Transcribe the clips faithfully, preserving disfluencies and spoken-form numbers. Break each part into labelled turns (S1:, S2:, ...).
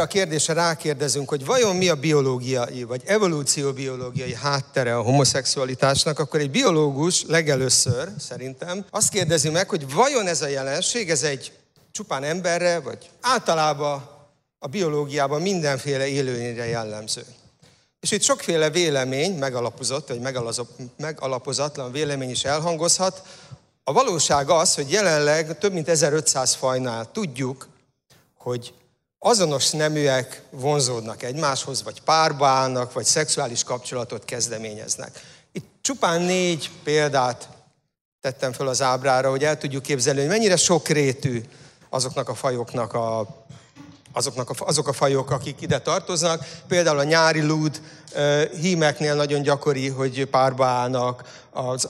S1: kérdésre rákérdezünk, hogy vajon mi a biológiai, vagy evolúcióbiológiai háttere a homoszexualitásnak, akkor egy biológus legelőször szerintem azt kérdezi meg, hogy vajon ez a jelenség, ez egy csupán emberre, vagy általában a biológiában mindenféle élőlényre jellemző. És itt sokféle vélemény, megalapozott, vagy megalapozatlan vélemény is elhangozhat. A valóság az, hogy jelenleg több mint ezerötszáz fajnál tudjuk, hogy azonos neműek vonzódnak egymáshoz, vagy párba állnak, vagy szexuális kapcsolatot kezdeményeznek. Itt csupán négy példát tettem fel az ábrára, hogy el tudjuk képzelni, hogy mennyire sokrétű azoknak a fajoknak a, azoknak a, azok a fajok, akik ide tartoznak. Például a nyári lúd hímeknél nagyon gyakori, hogy párba állnak, az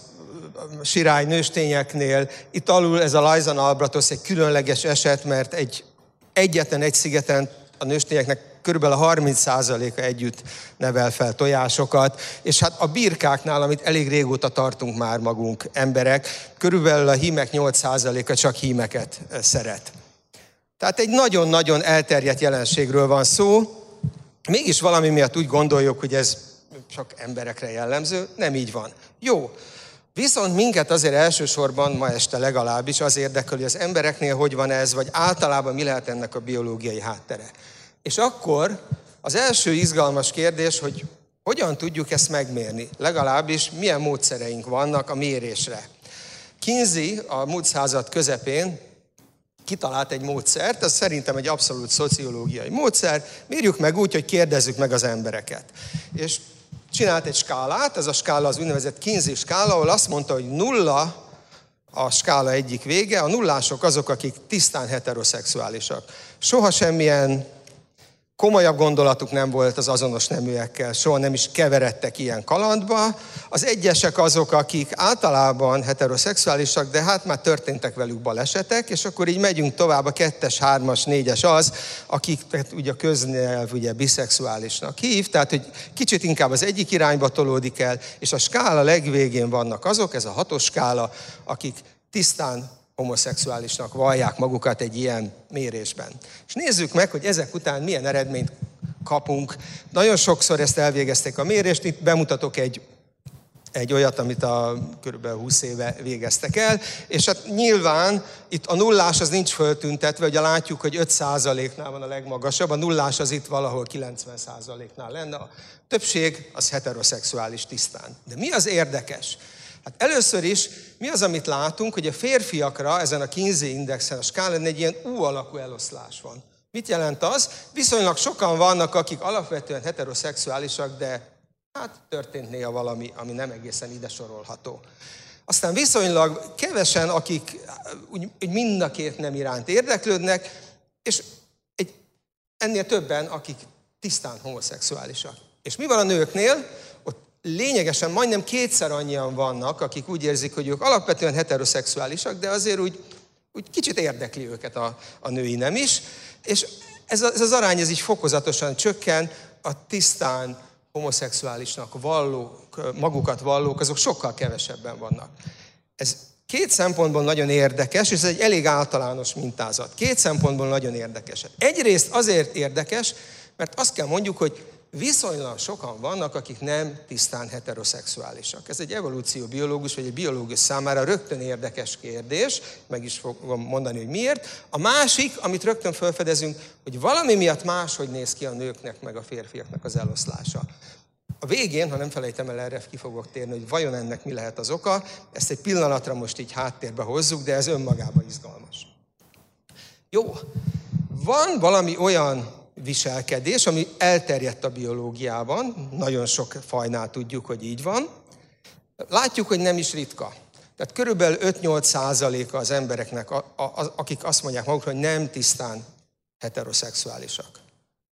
S1: sirály nőstényeknél. Itt alul ez a Lysan albratus egy különleges eset, mert egy egyetlen egy szigeten a nőstényeknek körülbelül a harminc százaléka együtt nevel fel tojásokat, és hát a birkáknál, amit elég régóta tartunk már magunk emberek, körülbelül a hímek nyolc százaléka csak hímeket szeret. Tehát egy nagyon-nagyon elterjedt jelenségről van szó, mégis valami miatt úgy gondoljuk, hogy ez csak emberekre jellemző, nem így van. Jó, viszont minket azért elsősorban, ma este legalábbis az érdekel, hogy az embereknél hogy van ez, vagy általában mi lehet ennek a biológiai háttere. És akkor az első izgalmas kérdés, hogy hogyan tudjuk ezt megmérni, legalábbis milyen módszereink vannak a mérésre. Kinsey a múlt század közepén kitalált egy módszert, ez szerintem egy abszolút szociológiai módszer, mérjük meg úgy, hogy kérdezzük meg az embereket. És csinált egy skálát, ez a skála az úgynevezett Kinsey skála, ahol azt mondta, hogy nulla a skála egyik vége, a nullások azok, akik tisztán heteroszexuálisak. Soha semmilyen komolyabb gondolatuk nem volt az azonos neműekkel, soha nem is keveredtek ilyen kalandba. Az egyesek azok, akik általában heteroszexuálisak, de hát már történtek velük balesetek, és akkor így megyünk tovább, a kettes, hármas, négyes az, akik ugye a köznyelv ugye biszexuálisnak hív, tehát hogy kicsit inkább az egyik irányba tolódik el, és a skála legvégén vannak azok, ez a hatos skála, akik tisztán homoszexuálisnak vallják magukat egy ilyen mérésben. És nézzük meg, hogy ezek után milyen eredményt kapunk. Nagyon sokszor ezt elvégezték a mérést, itt bemutatok egy, egy olyat, amit a körülbelül húsz éve végeztek el, és hát nyilván itt a nullás az nincs föltüntetve, ugye látjuk, hogy öt százaléknál van a legmagasabb, a nullás az itt valahol kilencven százaléknál lenne, a többség az heteroszexuális tisztán. De mi az érdekes? Hát először is mi az, amit látunk, hogy a férfiakra ezen a Kinsey indexen, a skálán egy ilyen U-alakú eloszlás van. Mit jelent az? Viszonylag sokan vannak, akik alapvetően heteroszexuálisak, de hát történt néha valami, ami nem egészen ide sorolható. Aztán viszonylag kevesen, akik úgy, úgy mind a két nem iránt érdeklődnek, és egy, ennél többen, akik tisztán homoszexuálisak. És mi van a nőknél? Lényegesen majdnem kétszer annyian vannak, akik úgy érzik, hogy ők alapvetően heteroszexuálisak, de azért úgy, úgy kicsit érdekli őket a, a női nem is. És ez, a, ez az arány ez így fokozatosan csökken, a tisztán homoszexuálisnak vallók, magukat vallók, azok sokkal kevesebben vannak. Ez két szempontból nagyon érdekes, és ez egy elég általános mintázat. Két szempontból nagyon érdekes. Egyrészt azért érdekes, mert azt kell mondjuk, hogy viszonylag sokan vannak, akik nem tisztán heteroszexuálisak. Ez egy evolúcióbiológus, vagy egy biológus számára rögtön érdekes kérdés, meg is fogom mondani, hogy miért. A másik, amit rögtön felfedezünk, hogy valami miatt máshogy néz ki a nőknek, meg a férfiaknak az eloszlása. A végén, ha nem felejtem el, erre ki fogok térni, hogy vajon ennek mi lehet az oka, ezt egy pillanatra most így háttérbe hozzuk, de ez önmagában izgalmas. Jó, van valami olyan viselkedés, ami elterjedt a biológiában, nagyon sok fajnál tudjuk, hogy így van. Látjuk, hogy nem is ritka. Tehát körülbelül öt-nyolc százaléka az embereknek, a, a, akik azt mondják magukra, hogy nem tisztán heteroszexuálisak.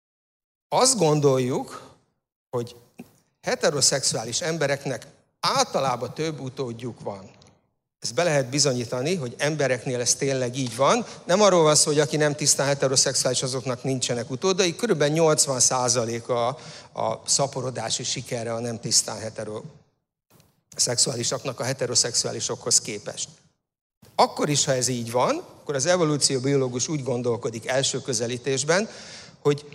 S1: Azt gondoljuk, hogy heteroszexuális embereknek általában több utódjuk van. Ezt be lehet bizonyítani, hogy embereknél ez tényleg így van. Nem arról van szó, hogy aki nem tisztán heteroszexuális, azoknak nincsenek utódai. Körülbelül nyolcvan százaléka a szaporodási sikere a nem tisztán heteroszexuálisaknak a heteroszexuálisokhoz képest. Akkor is, ha ez így van, akkor az evolúcióbiológus úgy gondolkodik első közelítésben, hogy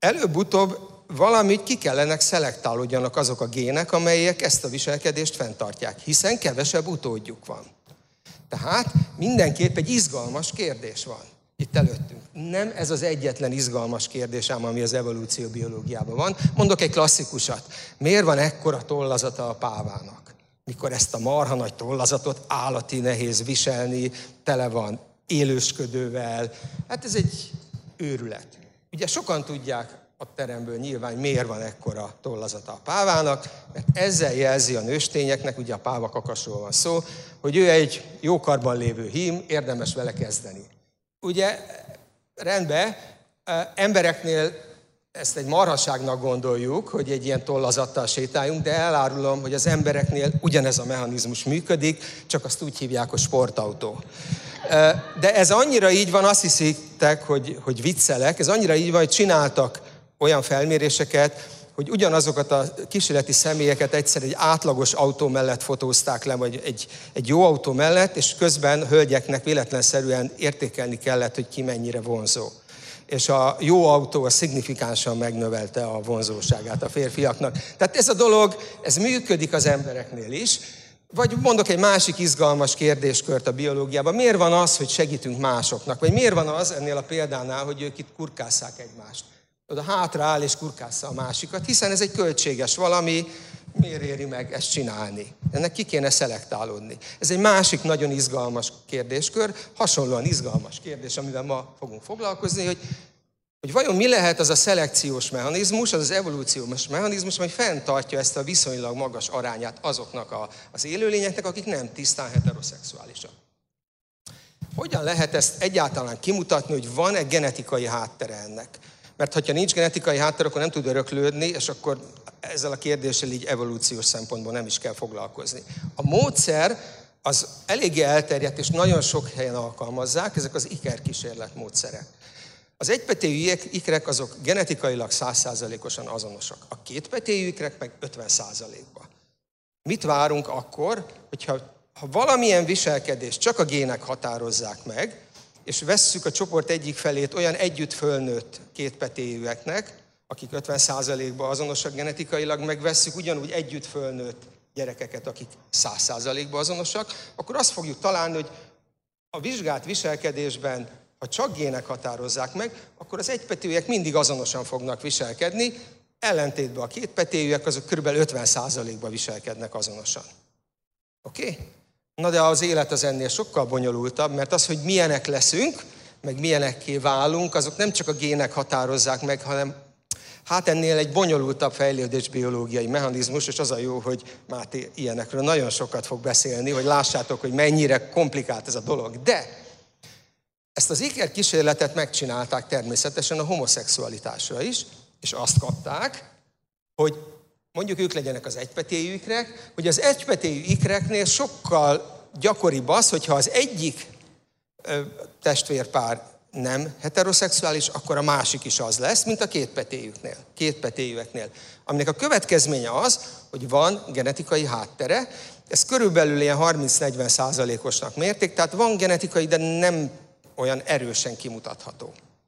S1: előbb-utóbb valamit ki kellenek szelektálódjanak azok a gének, amelyek ezt a viselkedést fenntartják, hiszen kevesebb utódjuk van. Tehát mindenképp egy izgalmas kérdés van itt előttünk. Nem ez az egyetlen izgalmas kérdés, ám ami az evolúció biológiában van. Mondok egy klasszikusat. Miért van ekkora tollazata a pávának? Mikor ezt a marha nagy tollazatot állati nehéz viselni, tele van élősködővel. Hát ez egy őrület. Ugye sokan tudják a teremből nyilván, miért van ekkora tollazata a pávának, mert ezzel jelzi a nőstényeknek, ugye a pávakakasról van szó, hogy ő egy jó karban lévő hím, érdemes vele kezdeni. Ugye rendben, embereknél ezt egy marhaságnak gondoljuk, hogy egy ilyen tollazattal sétáljunk, de elárulom, hogy az embereknél ugyanez a mechanizmus működik, csak azt úgy hívják, hogy sportautó. De ez annyira így van, azt hiszitek, hogy, hogy viccelek, ez annyira így van, hogy csináltak olyan felméréseket, hogy ugyanazokat a kísérleti személyeket egyszer egy átlagos autó mellett fotózták le, vagy egy, egy jó autó mellett, és közben hölgyeknek véletlenszerűen értékelni kellett, hogy ki mennyire vonzó. És a jó autó a szignifikánsan megnövelte a vonzóságát a férfiaknak. Tehát ez a dolog, ez működik az embereknél is. Vagy mondok egy másik izgalmas kérdéskört a biológiában. Miért van az, hogy segítünk másoknak? Vagy miért van az ennél a példánál, hogy ők itt kurkásszák egymást? Oda hátra áll és kurkásza a másikat, hiszen ez egy költséges valami, miért éri meg ezt csinálni? Ennek ki kéne szelektálódni. Ez egy másik nagyon izgalmas kérdéskör, hasonlóan izgalmas kérdés, amivel ma fogunk foglalkozni, hogy, hogy vajon mi lehet az a szelekciós mechanizmus, az az evolúciós mechanizmus, ami fenntartja ezt a viszonylag magas arányát azoknak a, az élőlényeknek, akik nem tisztán heteroszexuálisak. Hogyan lehet ezt egyáltalán kimutatni, hogy van-e genetikai háttere ennek? Mert ha nincs genetikai háttér, akkor nem tud öröklődni, és akkor ezzel a kérdéssel így evolúciós szempontból nem is kell foglalkozni. A módszer az eléggé elterjedt, és nagyon sok helyen alkalmazzák, ezek az ikerkísérlet módszerek. Az egypetéjű ikrek azok genetikailag száz százalékosan azonosak. A kétpetéjű ikrek meg ötven százalékban. Mit várunk akkor, hogyha ha valamilyen viselkedést csak a gének határozzák meg, és vesszük a csoport egyik felét olyan együtt fölnőtt kétpetéjűeknek, akik ötven százalékban azonosak genetikailag, megvesszük ugyanúgy együtt fölnőtt gyerekeket, akik száz százalékban azonosak, akkor azt fogjuk találni, hogy a vizsgált viselkedésben, ha csak gének határozzák meg, akkor az egypetéjűek mindig azonosan fognak viselkedni, ellentétben a kétpetéjűek azok kb. ötven százalékban viselkednek azonosan. Oké? Okay? Na de az élet az ennél sokkal bonyolultabb, mert az, hogy milyenek leszünk, meg milyenekké válunk, azok nem csak a gének határozzák meg, hanem hát ennél egy bonyolultabb fejlődésbiológiai mechanizmus, és az a jó, hogy Máté ilyenekről nagyon sokat fog beszélni, hogy lássátok, hogy mennyire komplikált ez a dolog. De ezt az ikerkísérletet megcsinálták természetesen a homoszexualitásra is, és azt kapták, hogy mondjuk ők legyenek az egypetéjű ikrek, hogy az egypetéjű ikreknél sokkal gyakoribb az, hogyha az egyik ö, testvérpár nem heteroszexuális, akkor a másik is az lesz, mint a kétpetéjűeknél, kétpetéjűeknél. Aminek a következménye az, hogy van genetikai háttere, ez körülbelül ilyen harminc-negyven százalékosnak mérték, tehát van genetikai, de nem olyan erősen kimutatható.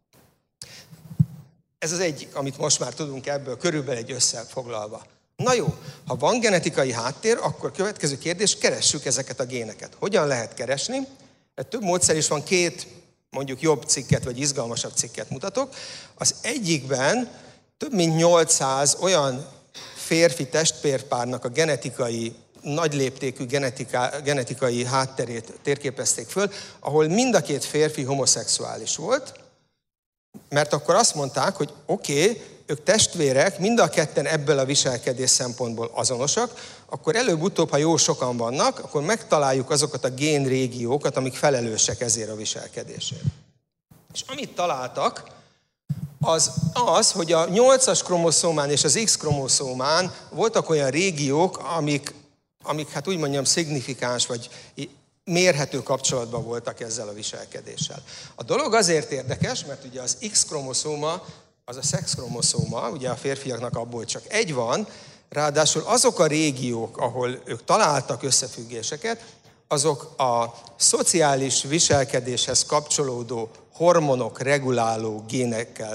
S1: Ez az egyik, amit most már tudunk ebből körülbelül egy összefoglalva. Na jó, ha van genetikai háttér, akkor következő kérdés, keressük ezeket a géneket. Hogyan lehet keresni? Több módszer is van, két mondjuk jobb cikket, vagy izgalmasabb cikket mutatok. Az egyikben több mint nyolcszáz olyan férfi testvérpárnak a genetikai, nagy léptékű genetika, genetikai hátterét térképezték föl, ahol mind a két férfi homoszexuális volt, mert akkor azt mondták, hogy oké, okay, ők testvérek, mind a ketten ebből a viselkedés szempontból azonosak, akkor előbb-utóbb, ha jó sokan vannak, akkor megtaláljuk azokat a génrégiókat, amik felelősek ezért a viselkedésért. És amit találtak, az az, hogy a nyolcas kromoszómán és az X-kromoszómán voltak olyan régiók, amik, amik hát úgy mondjam, szignifikáns vagy mérhető kapcsolatban voltak ezzel a viselkedéssel. A dolog azért érdekes, mert ugye az X-kromoszóma, az a szexkromoszóma, ugye a férfiaknak abból csak egy van, ráadásul azok a régiók, ahol ők találtak összefüggéseket, azok a szociális viselkedéshez kapcsolódó hormonok reguláló génekkel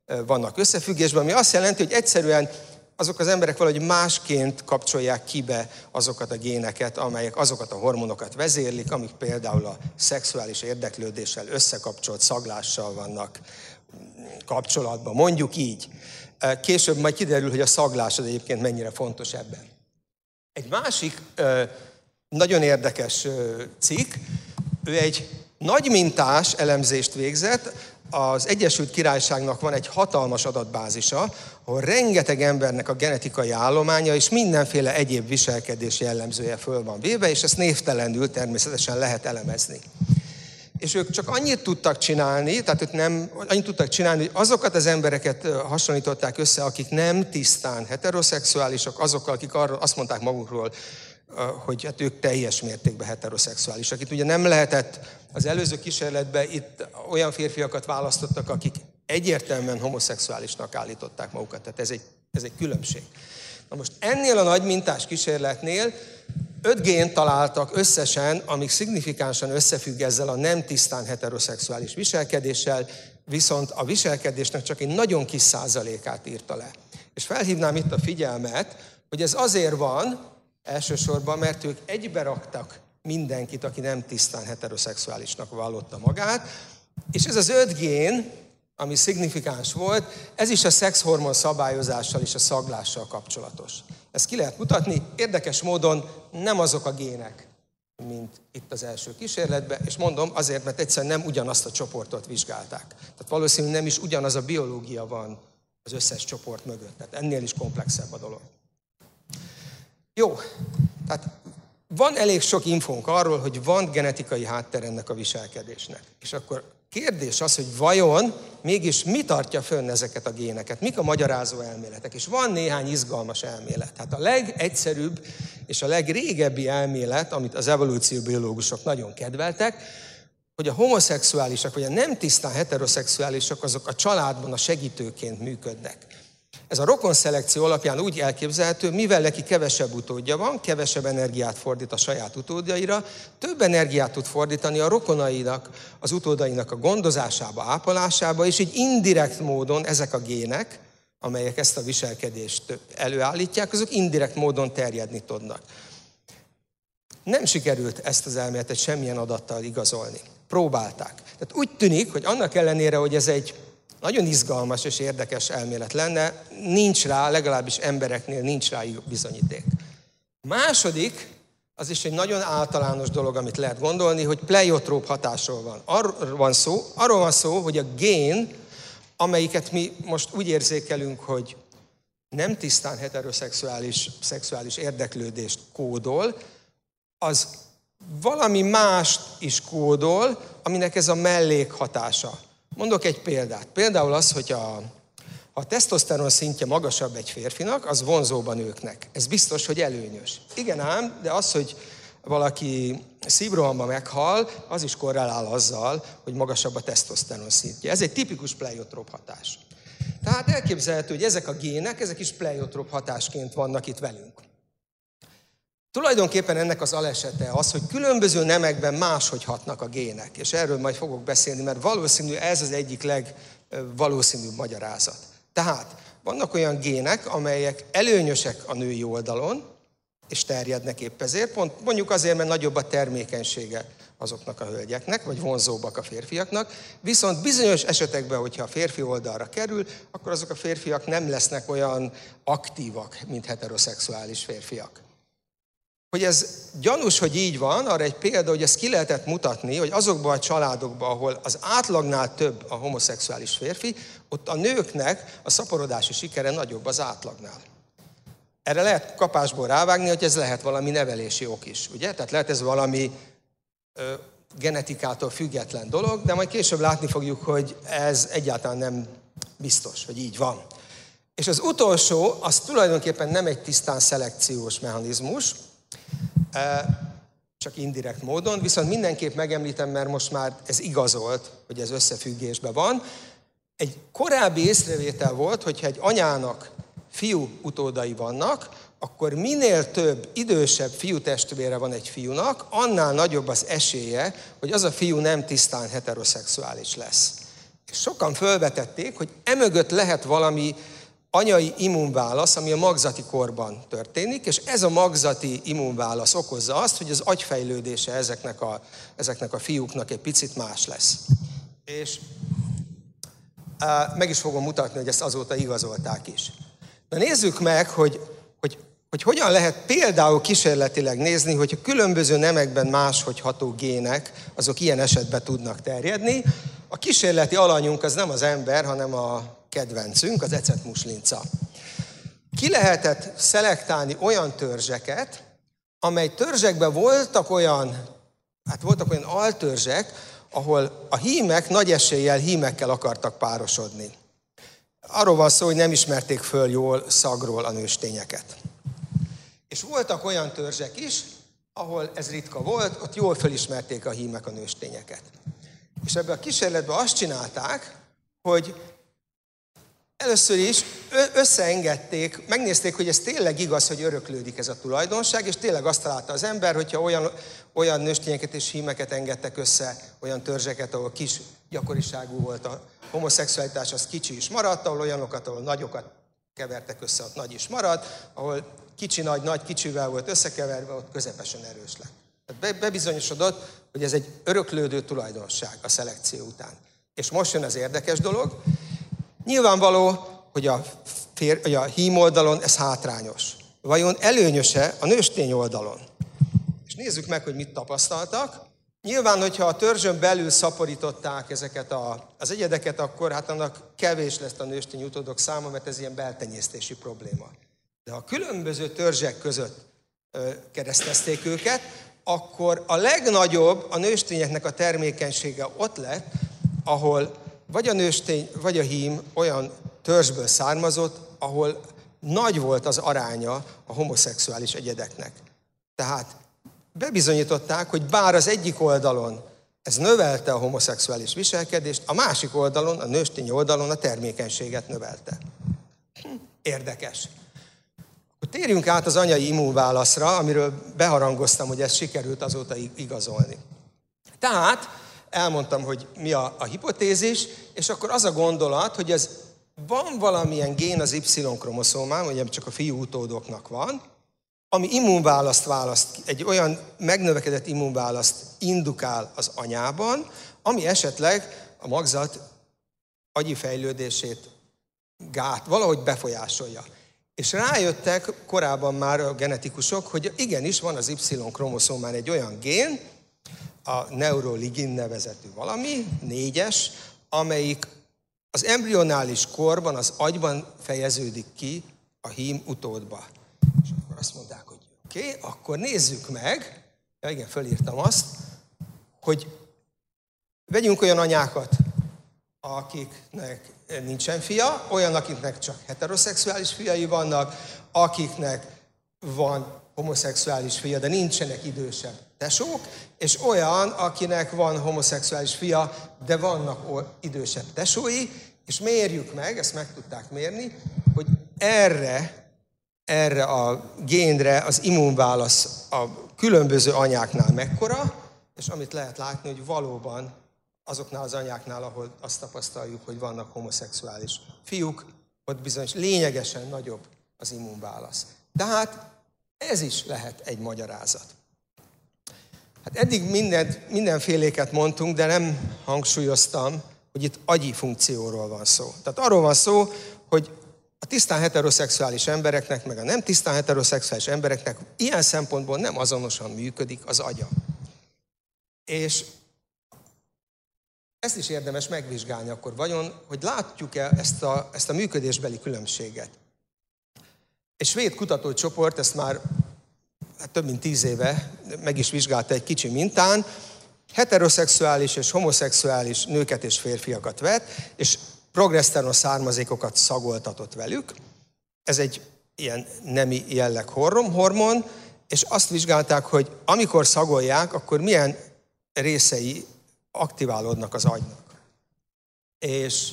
S1: vannak összefüggésben, ami azt jelenti, hogy egyszerűen azok az emberek valahogy másként kapcsolják ki be azokat a géneket, amelyek azokat a hormonokat vezérlik, amik például a szexuális érdeklődéssel összekapcsolt szaglással vannak kapcsolatban. Mondjuk így. Később majd kiderül, hogy a szaglás az egyébként mennyire fontos ebben. Egy másik nagyon érdekes cikk, ő egy nagy mintás elemzést végzett. Az Egyesült Királyságnak van egy hatalmas adatbázisa, ahol rengeteg embernek a genetikai állománya és mindenféle egyéb viselkedés jellemzője föl van véve, és ezt névtelenül természetesen lehet elemezni. És ők csak annyit tudtak csinálni, tehát ők nem, annyit tudtak csinálni, hogy azokat az embereket hasonlították össze, akik nem tisztán heteroszexuálisak, azokkal, akik arra azt mondták magukról, hogy hát ők teljes mértékben heteroszexuálisak. Itt ugye nem lehetett az előző kísérletben, itt olyan férfiakat választottak, akik egyértelműen homoszexuálisnak állították magukat. Tehát ez egy, ez egy különbség. Na most ennél a nagy mintás kísérletnél öt gént találtak összesen, amik szignifikánsan összefügg ezzel a nem tisztán heteroszexuális viselkedéssel, viszont a viselkedésnek csak egy nagyon kis százalékát írta le. És felhívnám itt a figyelmet, hogy ez azért van, elsősorban, mert ők egybe raktak mindenkit, aki nem tisztán heteroszexuálisnak vallotta magát, és ez az öt gén, ami szignifikáns volt, ez is a szexhormon szabályozással és a szaglással kapcsolatos. Ezt ki lehet mutatni, érdekes módon nem azok a gének, mint itt az első kísérletben, és mondom azért, mert egyszerűen nem ugyanazt a csoportot vizsgálták. Tehát valószínűleg nem is ugyanaz a biológia van az összes csoport mögött, tehát ennél is komplexebb a dolog. Jó, tehát van elég sok infónk arról, hogy van genetikai háttér ennek a viselkedésnek. És akkor kérdés az, hogy vajon mégis mi tartja fönn ezeket a géneket, mik a magyarázó elméletek. És van néhány izgalmas elmélet. Hát a legegyszerűbb és a legrégebbi elmélet, amit az evolúcióbiológusok nagyon kedveltek, hogy a homoszexuálisak, vagy a nem tisztán heteroszexuálisak, azok a családban a segítőként működnek. Ez a rokonszelekció alapján úgy elképzelhető, mivel neki kevesebb utódja van, kevesebb energiát fordít a saját utódjaira, több energiát tud fordítani a rokonainak, az utódainak a gondozásába, ápolásába, és így indirekt módon ezek a gének, amelyek ezt a viselkedést előállítják, azok indirekt módon terjedni tudnak. Nem sikerült ezt az elméletet semmilyen adattal igazolni. Próbálták. Tehát úgy tűnik, hogy annak ellenére, hogy ez egy nagyon izgalmas és érdekes elmélet lenne, nincs rá, legalábbis embereknél nincs rá bizonyíték. Második, az is egy nagyon általános dolog, amit lehet gondolni, hogy pleiotróp hatásról van. Arról van szó, arról van szó, hogy a gén, amelyiket mi most úgy érzékelünk, hogy nem tisztán heteroszexuális szexuális érdeklődést kódol, az valami mást is kódol, aminek ez a mellékhatása. Mondok egy példát. Például az, hogy a, a tesztoszteron szintje magasabb egy férfinak, az vonzóbb a nőknek. Ez biztos, hogy előnyös. Igen ám, de az, hogy valaki szívrohamban meghal, az is korrelál azzal, hogy magasabb a tesztoszteron szintje. Ez egy tipikus pleiotróp hatás. Tehát elképzelhető, hogy ezek a gének, ezek is pleiotróp hatásként vannak itt velünk. Tulajdonképpen ennek az alesete az, hogy különböző nemekben máshogy hatnak a gének, és erről majd fogok beszélni, mert valószínű ez az egyik legvalószínűbb magyarázat. Tehát vannak olyan gének, amelyek előnyösek a női oldalon, és terjednek épp ezért, pont mondjuk azért, mert nagyobb a termékenysége azoknak a hölgyeknek, vagy vonzóbbak a férfiaknak, viszont bizonyos esetekben, hogyha a férfi oldalra kerül, akkor azok a férfiak nem lesznek olyan aktívak, mint heteroszexuális férfiak. Hogy ez gyanús, hogy így van, arra egy példa, hogy ezt ki lehetett mutatni, hogy azokban a családokban, ahol az átlagnál több a homoszexuális férfi, ott a nőknek a szaporodási sikere nagyobb az átlagnál. Erre lehet kapásból rávágni, hogy ez lehet valami nevelési ok is, ugye? Tehát lehet ez valami ö, genetikától független dolog, de majd később látni fogjuk, hogy ez egyáltalán nem biztos, hogy így van. És az utolsó, az tulajdonképpen nem egy tisztán szelekciós mechanizmus, csak indirekt módon, viszont mindenképp megemlítem, mert most már ez igazolt, hogy ez összefüggésben van. Egy korábbi észrevétel volt, hogyha egy anyának fiú utódai vannak, akkor minél több idősebb fiú testvére van egy fiúnak, annál nagyobb az esélye, hogy az a fiú nem tisztán heteroszexuális lesz. És sokan felvetették, hogy emögött lehet valami anyai immunválasz, ami a magzati korban történik, és ez a magzati immunválasz okozza azt, hogy az agyfejlődése ezeknek a, ezeknek a fiúknak egy picit más lesz. És uh, meg is fogom mutatni, hogy ezt azóta igazolták is. Na nézzük meg, hogy, hogy, hogy hogyan lehet például kísérletileg nézni, hogy a különböző nemekben máshogy ható gének, azok ilyen esetben tudnak terjedni. A kísérleti alanyunk az nem az ember, hanem a kedvencünk, az ecetmuslinca. Ki lehetett szelektálni olyan törzseket, amely törzsekben voltak olyan, hát voltak olyan altörzsek, ahol a hímek nagy eséllyel hímekkel akartak párosodni. Arról van szó, hogy nem ismerték föl jól szagról a nőstényeket. És voltak olyan törzsek is, ahol ez ritka volt, ott jól fölismerték a hímek a nőstényeket. És ebben a kísérletben azt csinálták, hogy először is összeengedték, megnézték, hogy ez tényleg igaz, hogy öröklődik ez a tulajdonság, és tényleg azt találta az ember, hogyha olyan, olyan nőstényeket és hímeket engedtek össze, olyan törzseket, ahol kis gyakoriságú volt a homoszexualitás, az kicsi is maradt, ahol olyanokat, ahol nagyokat kevertek össze, ott nagy is maradt, ahol kicsi-nagy, nagy kicsivel volt összekeverve, ott közepesen erős lett. Tehát bebizonyosodott, hogy ez egy öröklődő tulajdonság a szelekció után. És most jön az érdekes dolog. Nyilvánvaló, hogy a, fér, hogy a hím oldalon ez hátrányos. Vajon előnyöse a nőstény oldalon? És nézzük meg, hogy mit tapasztaltak. Nyilván, hogyha a törzsön belül szaporították ezeket a, az egyedeket, akkor hát annak kevés lesz a nőstény utódok száma, mert ez ilyen beltenyésztési probléma. De ha különböző törzsek között ö, keresztezték őket, akkor a legnagyobb a nőstényeknek a termékenysége ott lett, ahol vagy a nőstény, vagy a hím olyan törzsből származott, ahol nagy volt az aránya a homoszexuális egyedeknek. Tehát bebizonyították, hogy bár az egyik oldalon ez növelte a homoszexuális viselkedést, a másik oldalon, a nőstény oldalon a termékenységet növelte. Érdekes. Térjünk át az anyai immunválaszra, amiről beharangoztam, hogy ezt sikerült azóta igazolni. Tehát elmondtam, hogy mi a, a hipotézis, és akkor az a gondolat, hogy ez van valamilyen gén az Y-kromoszómán, ugye csak a fiú utódoknak van, ami immunválaszt választ, egy olyan megnövekedett immunválaszt indukál az anyában, ami esetleg a magzat agyi fejlődését gát, valahogy befolyásolja. És rájöttek korábban már a genetikusok, hogy igenis van az Y-kromoszómán egy olyan gén, a neuroligin nevezetű valami, négyes, amelyik az embrionális korban, az agyban fejeződik ki a hím utódba. És akkor azt mondták, hogy oké, okay, akkor nézzük meg, ja igen, fölírtam azt, hogy vegyünk olyan anyákat, akiknek nincsen fia, olyan, akiknek csak heteroszexuális fiai vannak, akiknek van homoszexuális fia, de nincsenek idősebb tesók, és olyan, akinek van homoszexuális fia, de vannak idősebb tesói, és mérjük meg, ezt meg tudták mérni, hogy erre, erre a génre az immunválasz a különböző anyáknál mekkora, és amit lehet látni, hogy valóban azoknál az anyáknál, ahol azt tapasztaljuk, hogy vannak homoszexuális fiúk, ott bizonyos lényegesen nagyobb az immunválasz. Tehát ez is lehet egy magyarázat. Hát eddig mindent, mindenféléket mondtunk, de nem hangsúlyoztam, hogy itt agyi funkcióról van szó. Tehát arról van szó, hogy a tisztán heteroszexuális embereknek, meg a nem tisztán heteroszexuális embereknek ilyen szempontból nem azonosan működik az agya. És ezt is érdemes megvizsgálni akkor vajon, hogy látjuk-e ezt a, ezt a működésbeli különbséget. Egy svéd kutatócsoport, ezt már hát több mint tíz éve meg is vizsgálta egy kicsi mintán, heteroszexuális és homoszexuális nőket és férfiakat vett, és progeszteron származékokat szagoltatott velük. Ez egy ilyen nemi jelleg hormon, és azt vizsgálták, hogy amikor szagolják, akkor milyen részei aktiválódnak az agynak. És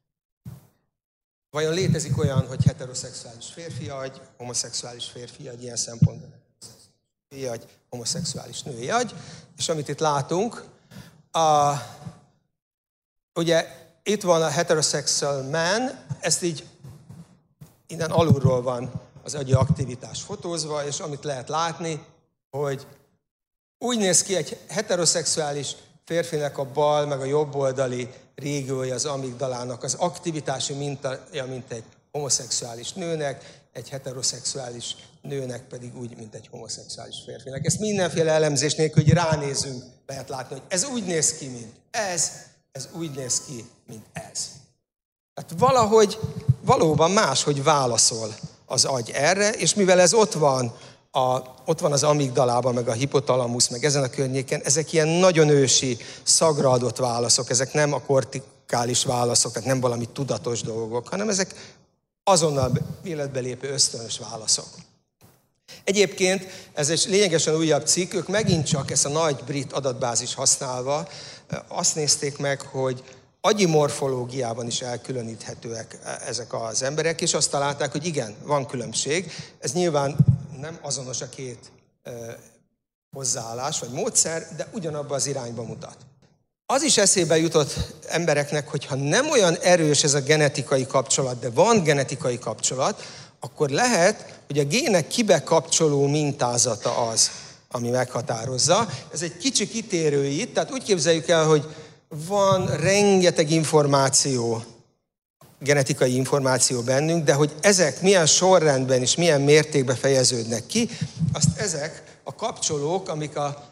S1: vajon létezik olyan, hogy heteroszexuális férfi agy, homoszexuális férfi agy, ilyen szempontból férfi agy, homoszexuális női agy, és amit itt látunk, a, ugye itt van a heterosexual man, ezt így innen alulról van az agyi aktivitás fotózva, és amit lehet látni, hogy úgy néz ki egy heteroszexuális férfinek a bal, meg a jobb oldali régiója az amigdalának az aktivitási mintája, mint egy homoszexuális nőnek, egy heteroszexuális nőnek pedig úgy, mint egy homoszexuális férfinek. Ezt mindenféle elemzés nélkül, hogy ránézünk, lehet látni, hogy ez úgy néz ki, mint ez, ez úgy néz ki, mint ez. Tehát valahogy valóban máshogy válaszol az agy erre, és mivel ez ott van, a, ott van az amigdalában, meg a hipotalamusz, meg ezen a környéken, ezek ilyen nagyon ősi, szagra adott válaszok, ezek nem a kortikális válaszok, tehát nem valami tudatos dolgok, hanem ezek azonnal életbe lépő ösztönös válaszok. Egyébként ez egy lényegesen újabb cikk, ők megint csak ezt a nagy brit adatbázis használva azt nézték meg, hogy agyi morfológiában is elkülöníthetőek ezek az emberek, és azt találták, hogy igen, van különbség. Ez nyilván nem azonos a két hozzáállás vagy módszer, de ugyanabba az irányba mutat. Az is eszébe jutott embereknek, hogy ha nem olyan erős ez a genetikai kapcsolat, de van genetikai kapcsolat, akkor lehet, hogy a gének kibekapcsoló mintázata az, ami meghatározza. Ez egy kicsi kitérő itt, tehát úgy képzeljük el, hogy van rengeteg információ, genetikai információ bennünk, de hogy ezek milyen sorrendben és milyen mértékben fejeződnek ki, azt ezek a kapcsolók, amik a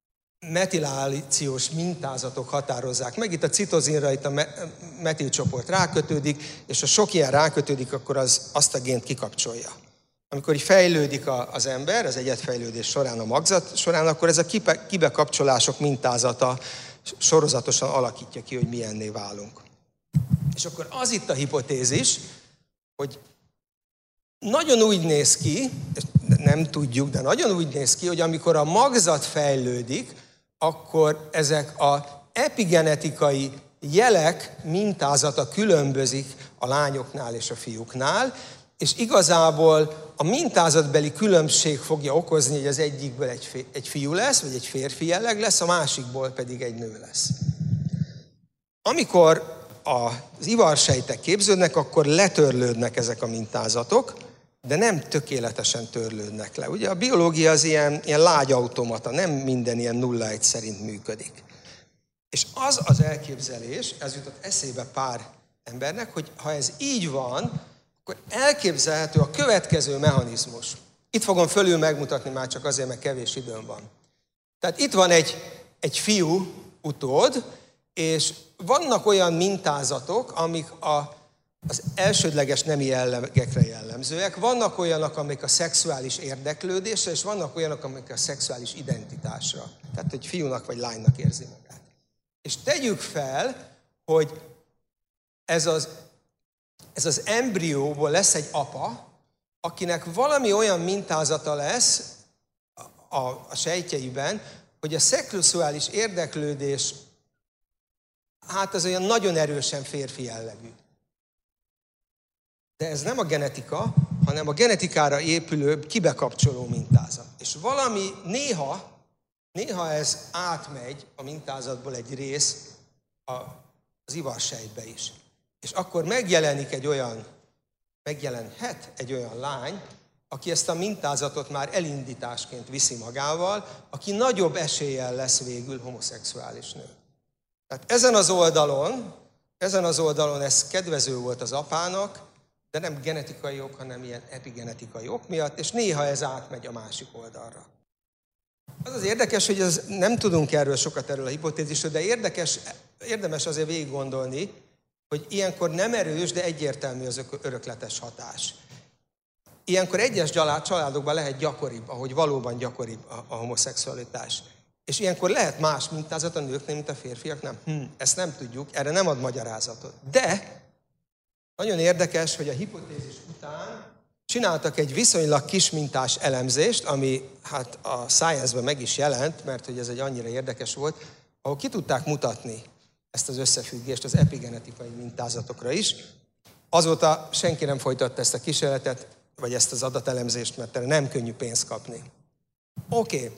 S1: metilációs mintázatok határozzák meg. Itt a citozinra itt a metilcsoport rákötődik, és ha sok ilyen rákötődik, akkor az azt a gént kikapcsolja. Amikor így fejlődik az ember, az egyedfejlődés során, a magzat során, akkor ez a kibekapcsolások mintázata sorozatosan alakítja ki, hogy milyenné válunk. És akkor az itt a hipotézis, hogy nagyon úgy néz ki, nem tudjuk, de nagyon úgy néz ki, hogy amikor a magzat fejlődik, akkor ezek az epigenetikai jelek mintázata különbözik a lányoknál és a fiúknál, és igazából a mintázatbeli különbség fogja okozni, hogy az egyikből egy, egy fiú lesz, vagy egy férfi jelleg lesz, a másikból pedig egy nő lesz. Amikor az ivarsejtek képződnek, akkor letörlődnek ezek a mintázatok, de nem tökéletesen törlődnek le. Ugye a biológia az ilyen, ilyen lágy automata, nem minden ilyen nulla egy szerint működik. És az az elképzelés, ez jutott eszébe pár embernek, hogy ha ez így van, akkor elképzelhető a következő mechanizmus. Itt fogom fölül megmutatni már csak azért, mert kevés időm van. Tehát itt van egy, egy fiú utód, és vannak olyan mintázatok, amik a, az elsődleges nemi jellegekre jellemzőek, vannak olyanok, amik a szexuális érdeklődésre, és vannak olyanok, amik a szexuális identitásra. Tehát, hogy fiúnak vagy lánynak érzi magát. És tegyük fel, hogy ez az, ez az embrióból lesz egy apa, akinek valami olyan mintázata lesz a, a, a sejtjeiben, hogy a szexuális érdeklődés hát az olyan nagyon erősen férfi jellegű. De ez nem a genetika, hanem a genetikára épülő kibekapcsoló mintázat. És valami néha, néha ez átmegy a mintázatból egy rész az ivarsejtbe is. És akkor megjelenik egy olyan, megjelenhet egy olyan lány, aki ezt a mintázatot már elindításként viszi magával, aki nagyobb eséllyel lesz végül homoszexuális nő. Tehát ezen az oldalon, ezen az oldalon ez kedvező volt az apának, de nem genetikai ok, hanem ilyen epigenetikai ok miatt, és néha ez átmegy a másik oldalra. Az az érdekes, hogy ez, nem tudunk erről sokat erről a hipotézisről, de érdekes, érdemes azért végig gondolni, hogy ilyenkor nem erős, de egyértelmű az örökletes hatás. Ilyenkor egyes családokban lehet gyakoribb, ahogy valóban gyakoribb a, a homoszexualitás. És ilyenkor lehet más mintázat a nőknél, mint a férfiaknál. Hm, ezt nem tudjuk, erre nem ad magyarázatot. De nagyon érdekes, hogy a hipotézis után csináltak egy viszonylag kismintás elemzést, ami hát a Science-ben meg is jelent, mert hogy ez egy annyira érdekes volt, ahol ki tudták mutatni ezt az összefüggést az epigenetikai mintázatokra is. Azóta senki nem folytatta ezt a kísérletet, vagy ezt az adatelemzést, mert erre nem könnyű pénzt kapni. Oké. Okay.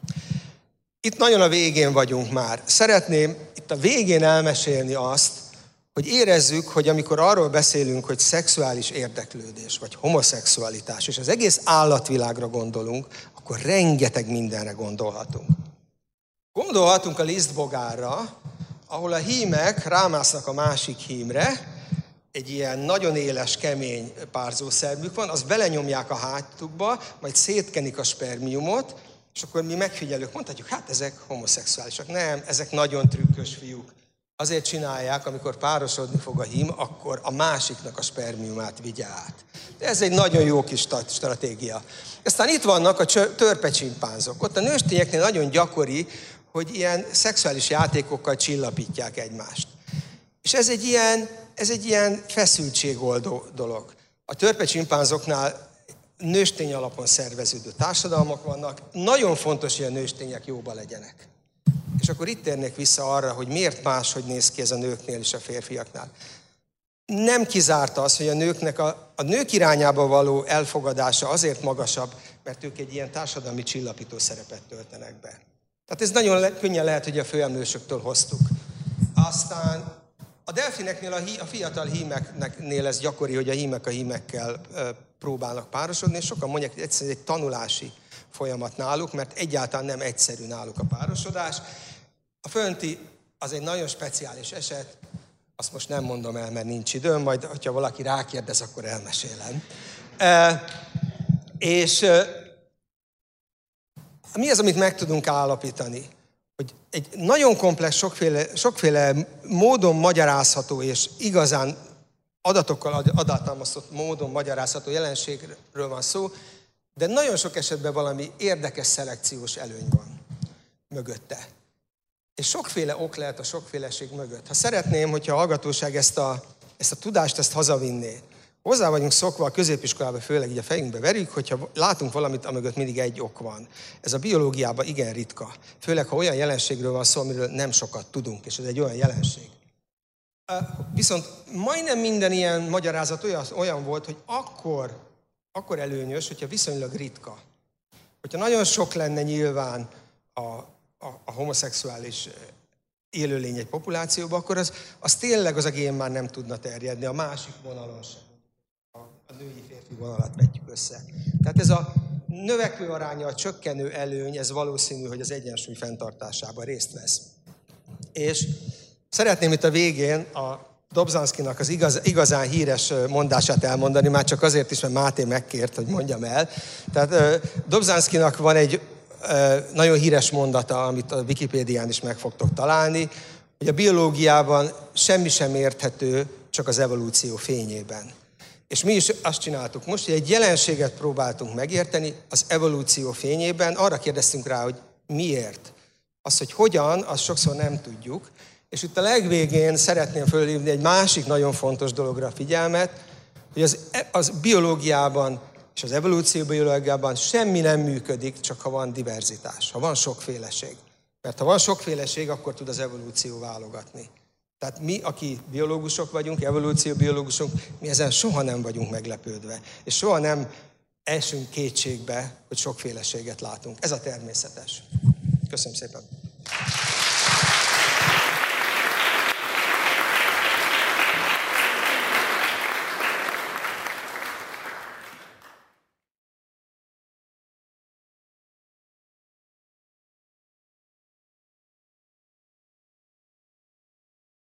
S1: Itt nagyon a végén vagyunk már. Szeretném itt a végén elmesélni azt, hogy érezzük, hogy amikor arról beszélünk, hogy szexuális érdeklődés, vagy homoszexualitás, és az egész állatvilágra gondolunk, akkor rengeteg mindenre gondolhatunk. Gondolhatunk a lisztbogárra, ahol a hímek rámásznak a másik hímre, egy ilyen nagyon éles, kemény párzószervük van, azt belenyomják a hátukba, majd szétkenik a spermiumot, és akkor mi megfigyelők mondhatjuk, hát ezek homoszexuálisak. Nem, ezek nagyon trükkös fiúk. Azért csinálják, amikor párosodni fog a hím, akkor a másiknak a spermiumát vigye át. De ez egy nagyon jó kis stratégia. Aztán itt vannak a törpecsimpánzok. Ott a nőstényeknél nagyon gyakori, hogy ilyen szexuális játékokkal csillapítják egymást. És ez egy ilyen, ez egy ilyen feszültségoldó dolog. A törpecsimpánzoknál nőstény alapon szerveződő társadalmak vannak. Nagyon fontos, hogy a nőstények jóba legyenek. És akkor itt térnék vissza arra, hogy miért máshogy néz ki ez a nőknél és a férfiaknál. Nem kizárta az, hogy a nőknek a, a nők irányába való elfogadása azért magasabb, mert ők egy ilyen társadalmi csillapító szerepet töltenek be. Tehát ez nagyon le, könnyen lehet, hogy a főemlősöktől hoztuk. Aztán a delfineknél, a, hí, a fiatal hímeknél ez gyakori, hogy a hímek a hímekkel e, próbálnak párosodni, és sokan mondják, hogy egyszerűen egy tanulási folyamat náluk, mert egyáltalán nem egyszerű náluk a párosodás. A fönti az egy nagyon speciális eset, azt most nem mondom el, mert nincs időm, majd, hogyha valaki rákérdez, akkor elmesélem. E, és e, mi az, amit meg tudunk állapítani? Hogy egy nagyon komplex, sokféle, sokféle módon magyarázható és igazán adatokkal adattámasztott módon magyarázható jelenségről van szó, de nagyon sok esetben valami érdekes szelekciós előny van mögötte. És sokféle ok lehet a sokféleség mögött. Ha szeretném, hogyha a hallgatóság ezt a, ezt a tudást ezt hazavinné, hozzá vagyunk szokva a középiskolában, főleg így a fejünkbe verjük, hogyha látunk valamit, amögött mindig egy ok van. Ez a biológiában igen ritka. Főleg, ha olyan jelenségről van szó, amiről nem sokat tudunk, és ez egy olyan jelenség. Viszont majdnem minden ilyen magyarázat olyan, olyan volt, hogy akkor, akkor előnyös, hogyha viszonylag ritka. Hogyha nagyon sok lenne nyilván a, a, a homoszexuális élőlény egy populációban, akkor az, az tényleg az a gén már nem tudna terjedni, a másik vonalon sem. A, a női-férfi vonalat vetjük össze. Tehát ez a növekvő aránya, a csökkenő előny, ez valószínű, hogy az egyensúly fenntartásában részt vesz. És szeretném itt a végén a Dobzhanskynak az igaz, igazán híres mondását elmondani, már csak azért is, mert Máté megkért, hogy mondjam el. Tehát Dobzhanskynak van egy nagyon híres mondata, amit a Wikipédián is meg fogtok találni, hogy a biológiában semmi sem érthető, csak az evolúció fényében. És mi is azt csináltuk most, hogy egy jelenséget próbáltunk megérteni az evolúció fényében, arra kérdeztünk rá, hogy miért. Az, hogy hogyan, azt sokszor nem tudjuk. És itt a legvégén szeretném fölhívni egy másik nagyon fontos dologra a figyelmet, hogy az, az biológiában és az evolúcióbiológiában semmi nem működik, csak ha van diverzitás, ha van sokféleség. Mert ha van sokféleség, akkor tud az evolúció válogatni. Tehát mi, aki biológusok vagyunk, evolúcióbiológusok, mi ezen soha nem vagyunk meglepődve. És soha nem esünk kétségbe, hogy sokféleséget látunk. Ez a természetes. Köszönöm szépen.